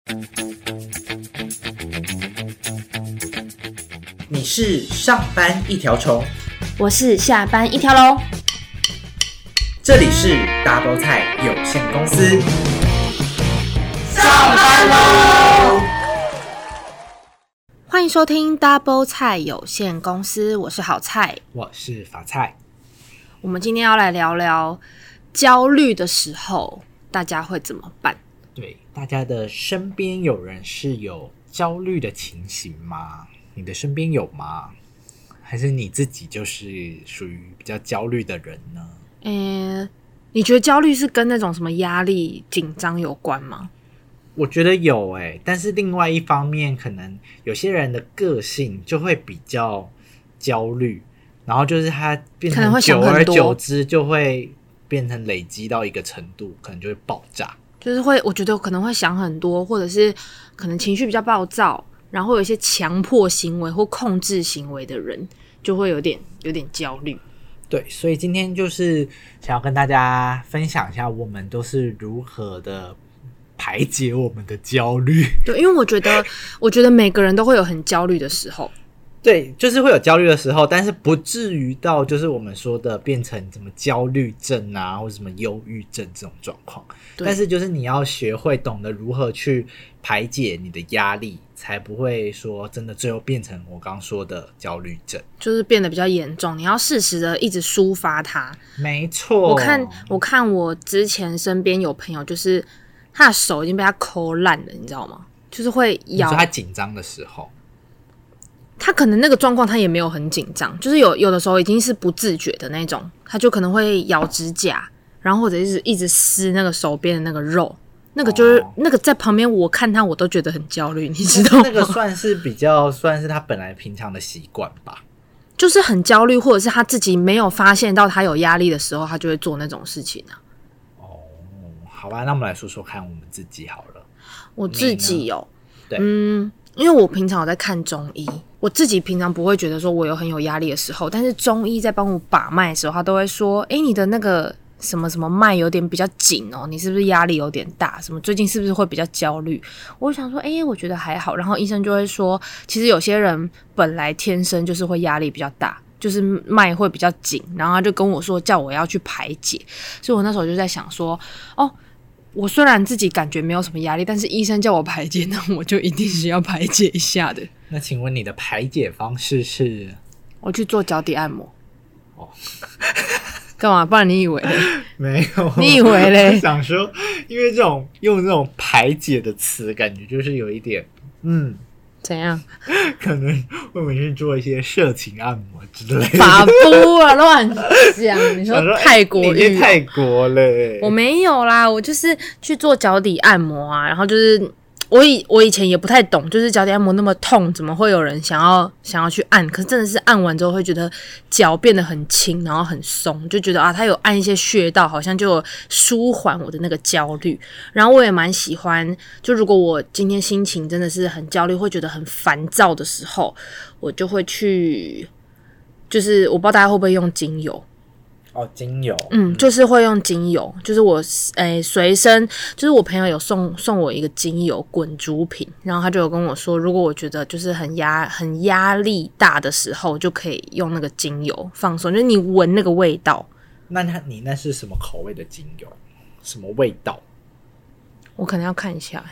你是上班一条虫， 我是下班一条龙。 这里是 Double 菜有限公司。 上班喽！欢迎收听 Double 菜有限公司，我是好菜， 我是法菜。 我们今天要来聊聊焦虑的时候大家会怎么办？ 对，大家的身边有人是有焦虑的情形吗？你的身边有吗？还是你自己就是属于比较焦虑的人呢？ 你觉得焦虑是跟那种什么压力、紧张有关吗？ 我觉得有但是另外一方面，可能有些人的个性就会比较焦虑，然后就是他变成久而久之就会变成累积到一个程度，可能就会爆炸。 就是我觉得可能会想很多，或者是可能情绪比较暴躁，然后有一些强迫行为或控制行为的人，就会有点焦虑。 对，所以今天就是想要跟大家分享一下，我们都是如何的排解我们的焦虑。 对，因为我觉得每个人都会有很焦虑的时候。 对，就是会有焦虑的时候，但是不至于到就是我们说的变成什么焦虑症啊，或者什么忧郁症这种状况。但是就是你要学会懂得如何去排解你的压力，才不会说真的最后变成我刚说的焦虑症， 就是变得比较严重。你要适时的一直抒发它。 没错。 我看我之前身边有朋友，就是他的手已经被他抠烂了，你知道吗？就是会咬。 你说他紧张的时候。 他可能那个状况他也没有很紧张，就是有的时候已经是不自觉的那种，他就可能会咬指甲，然后或者一直撕那个手边的那个肉，那个就是那个在旁边我看他我都觉得很焦虑，你知道吗？ 那个算是他本来平常的习惯吧， 就是很焦虑，或者是他自己没有发现到他有压力的时候，他就会做那种事情啊。 好吧，那我们来说说看我们自己好了。 我自己对， 因为我平常有在看中医，我自己平常不会觉得说我有很有压力的时候，但是中医在帮我把脉的时候，他都会说，你的那个什么什么脉有点比较紧哦，你是不是压力有点大？什么最近是不是会比较焦虑？我想说，我觉得还好。然后医生就会说，其实有些人本来天生就是会压力比较大，就是脉会比较紧，然后他就跟我说，叫我要去排解。所以我那时候就在想说，我虽然自己感觉没有什么压力，但是医生叫我排解，那我就一定是要排解一下的。 那请问你的排解方式是？ 我去做脚底按摩。干嘛？不然你以为？ 没有。 你以为嘞？ 想说，因为用这种排解的词，感觉就是有一点怎样？ 可能我们去做一些色情按摩之类的。 法夫啊，乱讲！你说泰国你去泰国嘞？ 我没有啦，我就是去做脚底按摩啊，然后就是我以前也不太懂，就是脚底按摩那么痛，怎么会有人想要去按？可是真的是按完之后会觉得脚变得很轻，然后很松，就觉得他有按一些穴道，好像就有舒缓我的那个焦虑。然后我也蛮喜欢，就如果我今天心情真的是很焦虑，会觉得很烦躁的时候，我就会去，就是我不知道大家会不会用精油。 精油， 就是会用精油，就是我随身，就是我朋友有送我一个精油滚珠瓶，然后他就有跟我说，如果我觉得就是很压力大的时候，就可以用那个精油放松，就是你闻那个味道。 那你那是什么口味的精油？什么味道？ 我可能要看一下。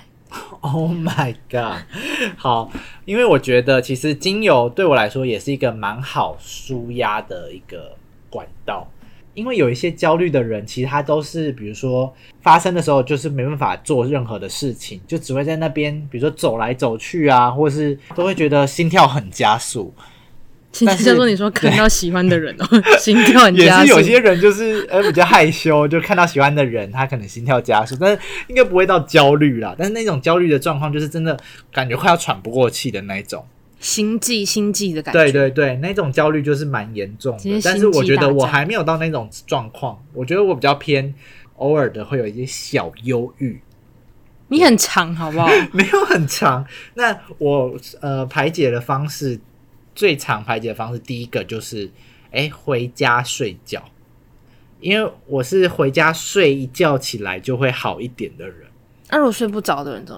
Oh my god！ 好，因为我觉得其实精油对我来说也是一个蛮好抒压的一个管道。因为有一些焦虑的人，其实他都是比如说发生的时候就是没办法做任何的事情，就只会在那边比如说走来走去啊，或是都会觉得心跳很加速。 心跳加速，你说看到喜欢的人心跳很加速。 也是有些人就是比较害羞，就看到喜欢的人他可能心跳加速，但是应该不会到焦虑啦。但是那种焦虑的状况就是真的感觉快要喘不过气的那一种。 心悸的感觉。 对对对，那种焦虑就是蛮严重的，但是我觉得我还没有到那种状况，我觉得我比较偏偶尔的会有一些小忧郁。 你很长好不好？ 没有很长。那我排解的方式，最常排解的方式，第一个就是回家睡觉，因为我是回家睡一觉起来就会好一点的人。 那如果睡不着的人怎么办？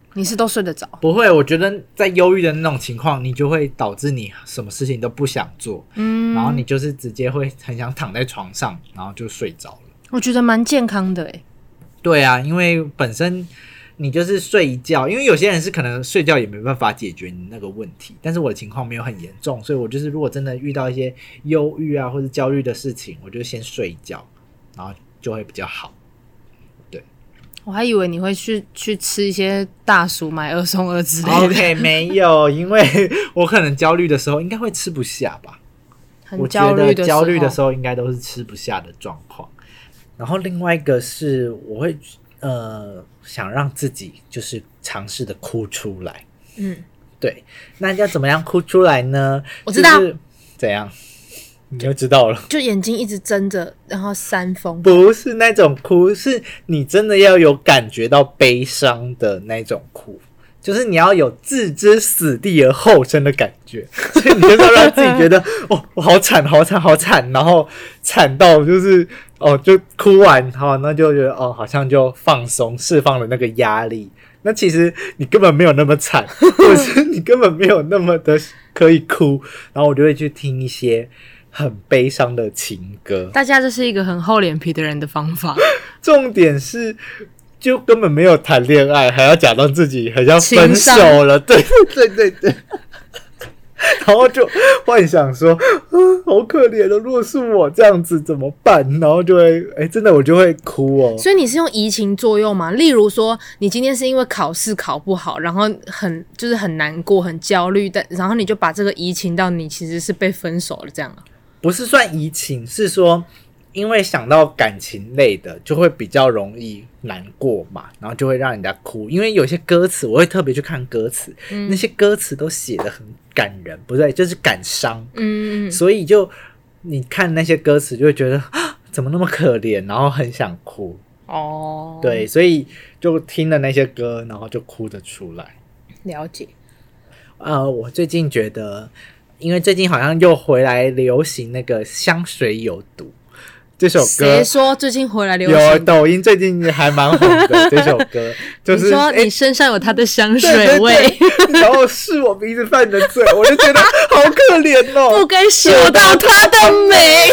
你是都睡得着？ 不会，我觉得在忧郁的那种情况，你就会导致你什么事情都不想做，然后你就是直接会很想躺在床上，然后就睡着了。 我觉得蛮健康的欸。 对啊，因为本身你就是睡一觉，因为有些人是可能睡觉也没办法解决你那个问题，但是我的情况没有很严重，所以我就是如果真的遇到一些忧郁啊或者焦虑的事情，我就先睡一觉，然后就会比较好。 我还以为你会去吃一些大薯买2送2之类的。 OK， 没有，因为我可能焦虑的时候应该会吃不下吧。 很焦虑的时候， 我觉得焦虑的时候应该都是吃不下的状况。然后另外一个是我会想让自己就是尝试的哭出来。对，那要怎么样哭出来呢？ 我知道， 就是怎样？你就知道了， 就眼睛一直睁着，然后扇风。 不是那种哭，是你真的要有感觉到悲伤的那种哭，就是你要有置之死地而后生的感觉，所以你就是要让自己觉得哦，我好惨，好惨，好惨，然后惨到就是哦，就哭完，好，那就觉得哦，好像就放松，释放了那个压力。那其实你根本没有那么惨，或者是你根本没有那么的可以哭，然后我就会去听一些很悲伤的情歌。 大家这是一个很厚脸皮的人的方法。 重点是就根本没有谈恋爱，还要假装自己好像分手了，对对对对然后就幻想说好可怜哦，如果是我这样子怎么办，然后就会真的我就会哭哦。 所以你是用移情作用吗？例如说你今天是因为考试考不好，然后就是很难过很焦虑，然后你就把这个移情到你其实是被分手了这样啊？ 不是算移情，是说因为想到感情类的就会比较容易难过嘛，然后就会让人家哭。因为有些歌词我会特别去看歌词，那些歌词都写得很感人，不对，就是感伤。所以就你看那些歌词就会觉得怎么那么可怜，然后很想哭。对，所以就听了那些歌，然后就哭得出来。 了解。 我最近觉得，因为最近好像又回来流行那个香水有毒这首歌。 谁说最近回来流行？ 有抖音最近还蛮红的这首歌，就是你说你身上有它的香水味， 对然后是我鼻子犯的罪，我就觉得好可怜哦， 不该嗅到它的美。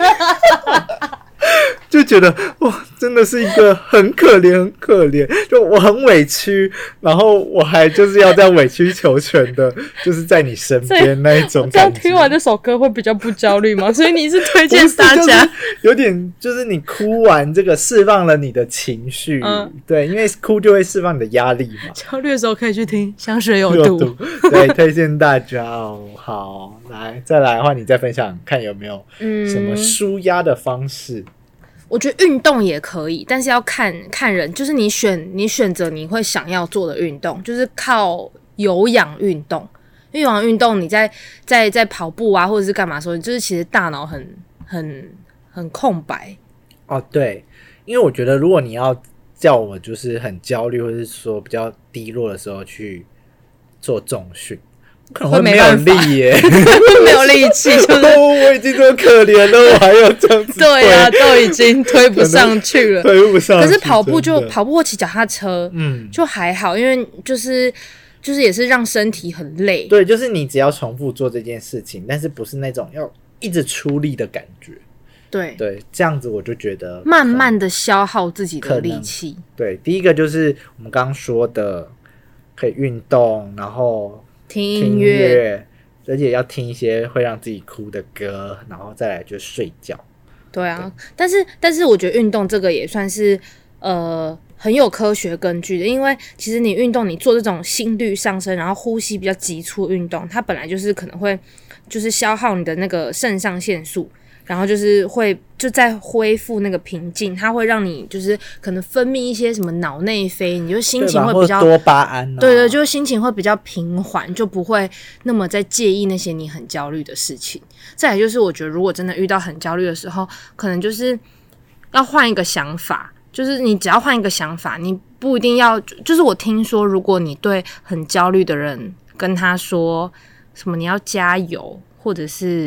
就觉得哇，真的是一个很可怜很可怜，就我很委屈，然后我还就是要这样委曲求全的就是在你身边那一种感觉。 这样听完这首歌会比较不焦虑吗？所以你是推荐大家、 就是、有点就是你哭完这个释放了你的情绪、对，因为哭就会释放你的压力嘛。 焦虑的时候可以去听香水有毒对，推荐大家哦。好，来再来的话你再分享看有没有什么抒压的方式。 我觉得运动也可以，但是要看人，就是你选择你会想要做的运动，就是靠有氧运动。因为有氧运动你在跑步啊或者是干嘛的时候，就是其实大脑很空白。 对，因为我觉得如果你要叫我就是很焦虑或者是说比较低落的时候去做重训，可能会没有力耶， 没有力气，就是我已经这么可怜了，我还要这样子对啊，都已经推不上去了， 推不上去。 可是跑步或骑脚踏车，就还好，因为就是也是让身体很累。 对，就是你只要重复做这件事情，但是不是那种要一直出力的感觉。对，这样子我就觉得慢慢的消耗自己的力气。 对，第一个就是我们刚刚说的，可以运动，然后听音乐， 而且要听一些会让自己哭的歌，然后再来就睡觉。 对啊，但是我觉得运动这个也算是很有科学根据的，因为其实你运动，你做这种心率上升，然后呼吸比较急促运动，它本来就是可能会就是消耗你的那个肾上腺素。然后就是会就在恢复那个平静，它会让你就是可能分泌一些什么脑内啡，你就心情会比较多巴胺对，就是心情会比较平缓，就不会那么在介意那些你很焦虑的事情。再来就是我觉得如果真的遇到很焦虑的时候，可能就是要换一个想法，就是你只要换一个想法，你不一定要就是我听说如果你对很焦虑的人跟他说什么你要加油，或者是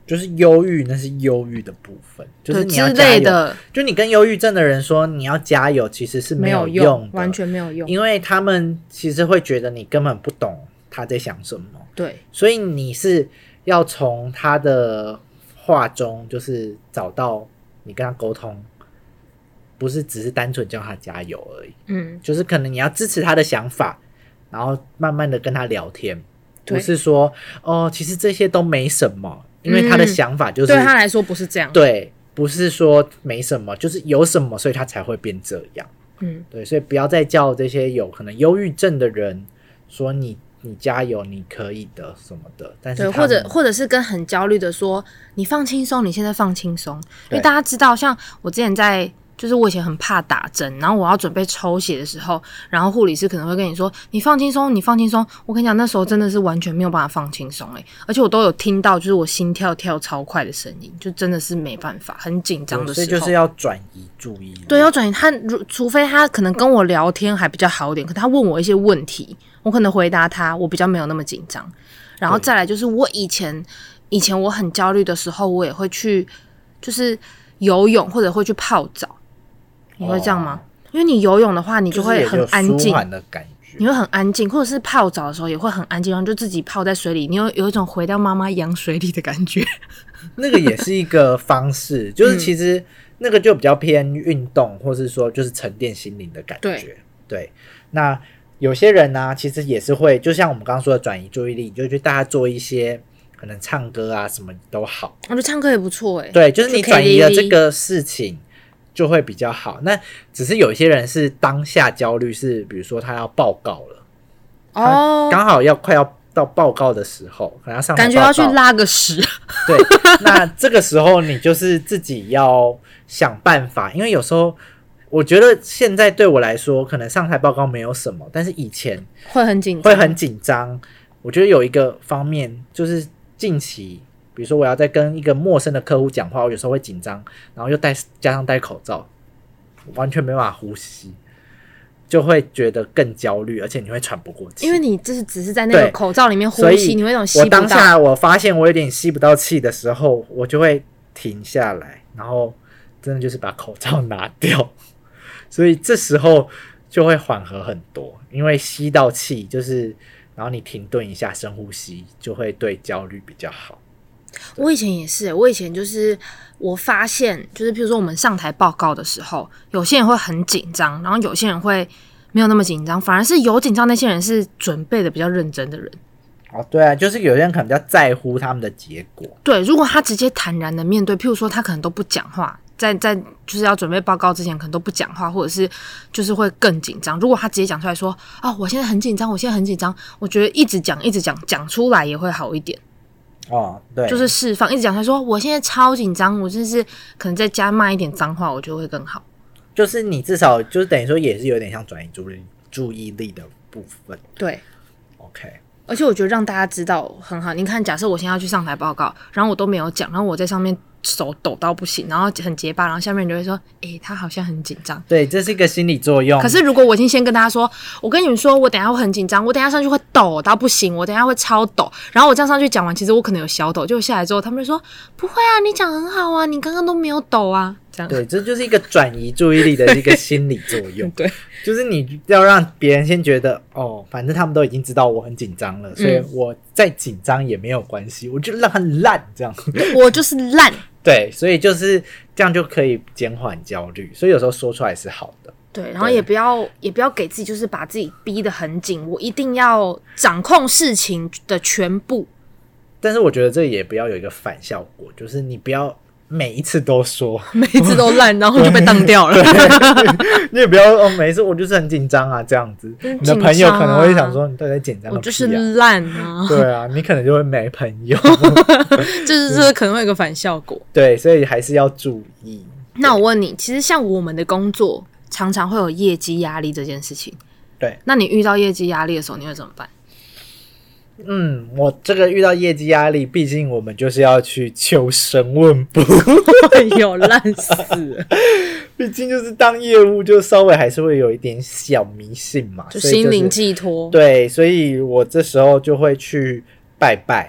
就是忧郁，那是忧郁的部分，就是你要之加油类的， 就你跟忧郁症的人说你要加油，其实是没有用的， 完全没有用， 因为他们其实会觉得你根本不懂他在想什么。 对， 所以你是要从他的话中，就是找到你跟他沟通，不是只是单纯叫他加油而已。就是可能你要支持他的想法，然后慢慢的跟他聊天，不是说其实这些都没什么，因为他的想法就是、 对他来说不是这样， 对，不是说没什么，就是有什么，所以他才会变这样。对，所以不要再叫这些有可能忧郁症的人说你加油，你可以的什么的，但是对，或者是跟很焦虑的说你放轻松，你现在放轻松，因为大家知道，像我之前就是我以前很怕打针，然后我要准备抽血的时候，然后护理师可能会跟你说你放轻松，你放轻松。我跟你讲，那时候真的是完全没有办法放轻松而且我都有听到就是我心跳跳超快的声音，就真的是没办法，很紧张的时候。 所以就是要转移注意力。 对，要转移除非他可能跟我聊天还比较好一点，可他问我一些问题，我可能回答他，我比较没有那么紧张。然后再来就是我以前我很焦虑的时候，我也会去就是游泳或者会去泡澡。你会这样吗？因为你游泳的话，你就会很安静， 舒缓的感觉， 你会很安静，或者是泡澡的时候也会很安静，然后就自己泡在水里，你有一种回到妈妈养水里的感觉。 那个也是一个方式，就是其实那个就比较偏运动，或是说就是沉淀心灵的感觉。对，那有些人呢、其实也是会，就像我们刚刚说的转移注意力，你就去带他做一些可能唱歌啊什么都好。 我觉得唱歌也不错对，就是你转移了这个事情。就会比较好。那只是有一些人是当下焦虑，是比如说他要报告了，他刚好快要到报告的时候，可能要上台报告， 感觉要去拉个屎。 对，那这个时候你就是自己要想办法，因为有时候我觉得现在对我来说，可能上台报告没有什么，但是以前会很紧张。我觉得有一个方面就是近期。比如说我要在跟一个陌生的客户讲话，我有时候会紧张，然后又加上戴口罩，完全没办法呼吸，就会觉得更焦虑，而且你会喘不过气。 因为你只是在那个口罩里面呼吸，你会有种吸不到。 我当下我发现我有点吸不到气的时候，我就会停下来，然后真的就是把口罩拿掉，所以这时候就会缓和很多，因为吸到气就是，然后你停顿一下深呼吸，就会对焦虑比较好。 我以前也是，我以前就是我发现，就是譬如说我们上台报告的时候，有些人会很紧张，然后有些人会没有那么紧张，反而是有紧张那些人是准备的比较认真的人。 对啊，就是有些人可能比较在乎他们的结果。 对，如果他直接坦然的面对，譬如说他可能都不讲话，在就是要准备报告之前可能都不讲话，或者是就是会更紧张。如果他直接讲出来说我现在很紧张，我现在很紧张，我觉得一直讲讲出来也会好一点。 对， 就是释放，一直讲他说我现在超紧张，我就是可能再加骂一点脏话，我觉得会更好。 就是你至少就是等于说也是有点像转移注意力的部分。 对 ，OK。 而且我觉得让大家知道很好。你看，假设我现在要去上台报告，然后我都没有讲，然后我在上面手抖到不行，然后很结巴，然后下面人就会说他好像很紧张。 对，这是一个心理作用。 可是如果我已经先跟大家说，我跟你们说我等一下会很紧张，我等一下上去会抖到不行，我等一下会超抖，然后我这样上去讲完，其实我可能有小抖，就下来之后他们就说不会啊，你讲很好啊，你刚刚都没有抖啊，这样。 对，这就是一个转移注意力的一个心理作用。 对， 就是你要让别人先觉得反正他们都已经知道我很紧张了，所以我再紧张也没有关系，我就让他烂这样。 我就是烂。 对，所以就是这样就可以减缓焦虑，所以有时候说出来是好的。 对，然后也不要给自己就是把自己逼得很紧，我一定要掌控事情的全部。 但是我觉得这也不要有一个反效果，就是你不要每一次都说， 每一次都烂，然后就被当掉了。 你也不要每一次我就是很紧张啊这样子，你的朋友可能会想说你到底在紧张个屁啊， 我就是烂啊。 对啊，你可能就会没朋友。 就是可能会有个反效果。 对，所以还是要注意。 那我问你，其实像我们的工作常常会有业绩压力这件事情， 对， 那你遇到业绩压力的时候你会怎么办？ 我这个遇到业绩压力，毕竟我们就是要去求神问卜。 有烂死了。 毕竟就是当业务，就稍微还是会有一点小迷信嘛， 就心灵寄托。 对，所以我这时候就会去拜拜，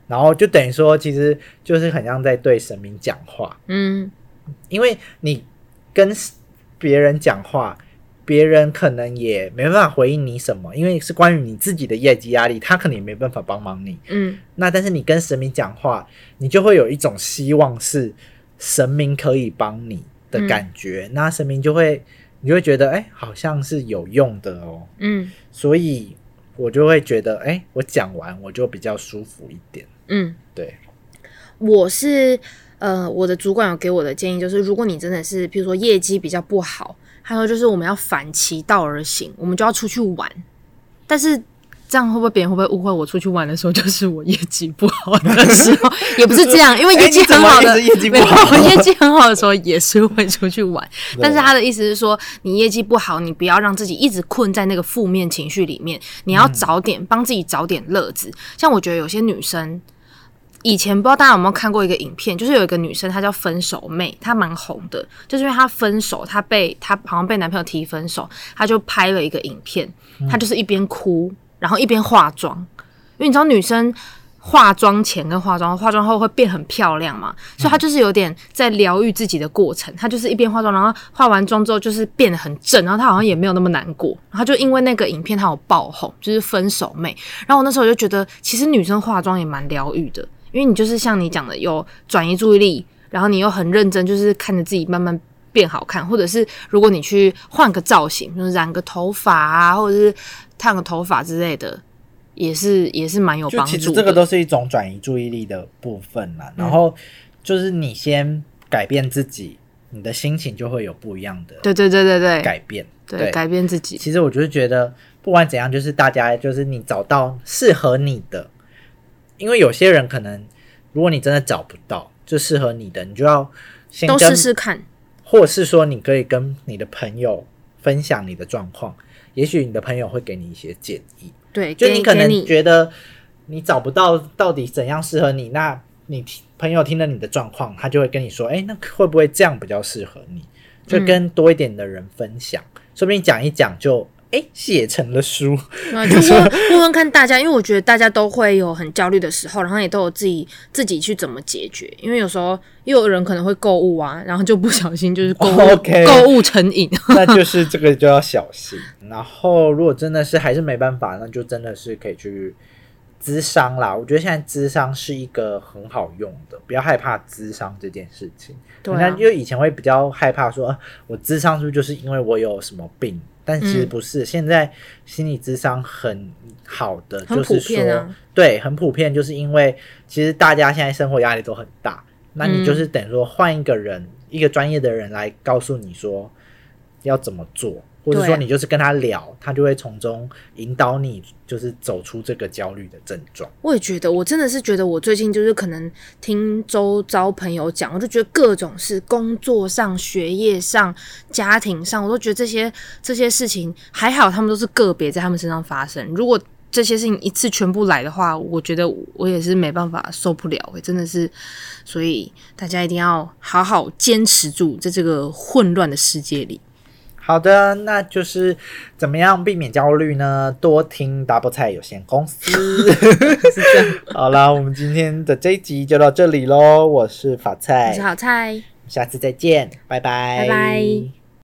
然后就等于说其实就是很像在对神明讲话，因为你跟别人讲话，别人可能也没办法回应你什么，因为是关于你自己的业绩压力，他可能也没办法帮忙你。那但是你跟神明讲话，你就会有一种希望是神明可以帮你的感觉，那神明你就会觉得好像是有用的哦。所以我就会觉得我讲完我就比较舒服一点。对， 我是我的主管有给我的建议就是，如果你真的是譬如说业绩比较不好，他说就是我们要反其道而行，我们就要出去玩。但是这样会不会别人会不会误会我出去玩的时候就是我业绩不好的时候？也不是这样，因为业绩很好的， 业绩不好， 我业绩很好的时候也是会出去玩。但是他的意思是说，你业绩不好，你不要让自己一直困在那个负面情绪里面，你要帮自己找点乐子。像我觉得有些女生。以前不知道大家有没有看过一个影片，就是有一个女生她叫分手妹，她蛮红的，就是因为她分手，她好像被男朋友提分手，她就拍了一个影片，她就是一边哭然后一边化妆，因为你知道女生化妆前跟化妆后会变很漂亮嘛，所以她就是有点在疗愈自己的过程，她就是一边化妆，然后化完妆之后就是变得很正，然后她好像也没有那么难过，然后就因为那个影片她有爆红，就是分手妹。然后我那时候就觉得其实女生化妆也蛮疗愈的，因为你就是像你讲的有转移注意力，然后你又很认真，就是看着自己慢慢变好看，或者是如果你去换个造型，就是染个头发啊，或者是烫个头发之类的，也是蛮有帮助的。 就其实这个都是一种转移注意力的部分啦。然后就是你先改变自己，你的心情就会有不一样的改变。 对，改变自己。 其实我就是觉得不管怎样，就是大家就是你找到适合你的。因为有些人可能如果你真的找不到就适合你的，你就要先都试试看， 或者是说你可以跟你的朋友分享你的状况，也许你的朋友会给你一些建议。 对， 就你可能觉得你找不到到底怎样适合你，那你朋友听了你的状况，他就会跟你说那会不会这样比较适合你，就跟多一点的人分享，说不定讲一讲就写成了书。 就问问看大家，因为我觉得大家都会有很焦虑的时候，然后也都有自己去怎么解决。因为有时候又有人可能会购物啊，然后就不小心就是购物成瘾， 那就是这个就要小心。然后如果真的是还是没办法，那就真的是可以去咨商啦。我觉得现在咨商是一个很好用的，不要害怕咨商这件事情。 对啊， 因为以前会比较害怕说我咨商是不是就是因为我有什么病，但其实不是。现在心理咨商很好的，就是说对，很普遍，就是因为其实大家现在生活压力都很大，那你就是等于说换一个人，一个专业的人来告诉你说要怎么做，或者说你就是跟他聊，他就会从中引导你就是走出这个焦虑的症状。 我也觉得，我真的是觉得我最近就是可能听周遭朋友讲，我就觉得各种事，工作上、学业上、家庭上，我都觉得这些事情还好，他们都是个别在他们身上发生。如果这些事情一次全部来的话，我觉得我也是没办法，受不了真的是。所以大家一定要好好坚持住在这个混乱的世界里。 好的，那就是怎么样避免焦虑呢？多听 Double 菜有限公司。 是这样。 好啦，我们今天的这一集就到这里咯。我是法菜， 我是好菜， 下次再见，拜拜， 拜拜。